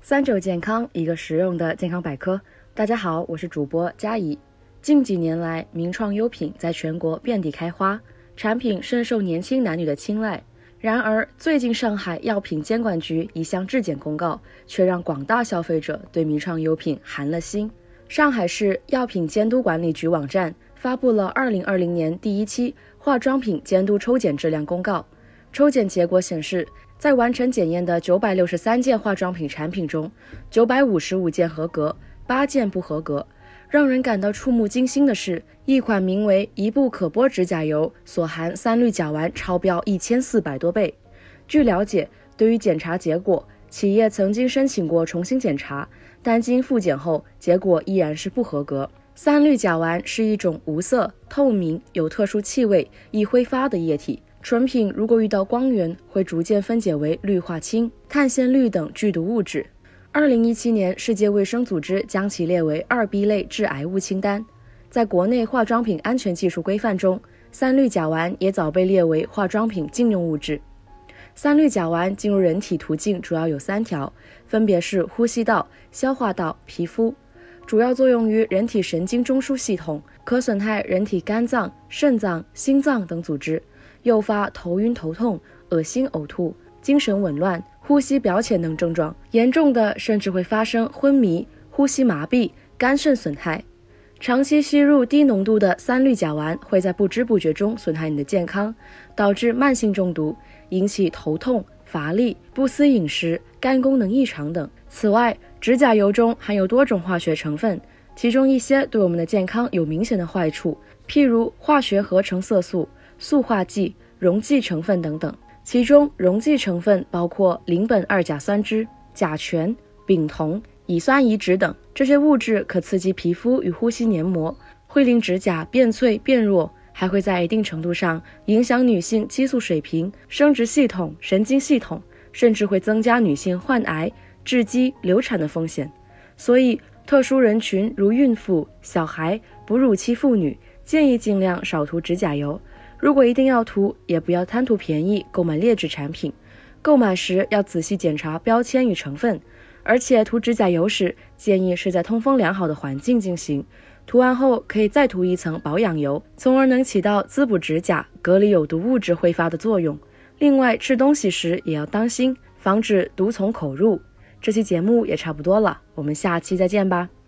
三九健康，一个实用的健康百科。大家好，我是主播佳怡。近几年来，名创优品在全国遍地开花，产品深受年轻男女的青睐。然而，最近上海药品监管局一项质检公告，却让广大消费者对名创优品寒了心。上海市药品监督管理局网站发布了2020年第一期化妆品监督抽检质量公告。抽检结果显示，在完成检验的963件化妆品产品中，955件合格，8件不合格。让人感到触目惊心的是，一款名为一步可剥指甲油所含三氯甲烷超标1400多倍。据了解，对于检查结果，企业曾经申请过重新检查，但经复检后，结果依然是不合格。三氯甲烷是一种无色、透明、有特殊气味、易挥发的液体。纯品如果遇到光源，会逐渐分解为氯化氢、碳线氯等剧毒物质。2017年，世界卫生组织将其列为2B 类致癌物清单。在国内化妆品安全技术规范中，三氯甲烷也早被列为化妆品禁用物质。三氯甲烷进入人体途径主要有3条，分别是呼吸道、消化道、皮肤，主要作用于人体神经中枢系统，可损害人体肝脏、肾脏、心脏等组织，诱发头晕头痛、恶心呕吐、精神紊乱、呼吸表浅等症状，严重的甚至会发生昏迷、呼吸麻痹、肝肾损害。长期吸入低浓度的三氯甲烷会在不知不觉中损害你的健康，导致慢性中毒，引起头痛、乏力、不思饮食、肝功能异常等。此外，指甲油中含有多种化学成分，其中一些对我们的健康有明显的坏处，譬如化学合成色素、塑化剂、溶剂成分等等。其中溶剂成分包括邻苯二甲酸酯、甲醛、丙酮、乙酸乙酯等，这些物质可刺激皮肤与呼吸黏膜，会令指甲变脆变弱，还会在一定程度上影响女性激素水平、生殖系统、神经系统，甚至会增加女性患癌、致畸、流产的风险。所以，特殊人群如孕妇、小孩、哺乳期妇女，建议尽量少涂指甲油。如果一定要涂，也不要贪图便宜购买劣质产品。购买时要仔细检查标签与成分，而且涂指甲油时建议是在通风良好的环境进行。涂完后可以再涂一层保养油，从而能起到滋补指甲、隔离有毒物质挥发的作用。另外，吃东西时也要当心，防止毒从口入。这期节目也差不多了，我们下期再见吧。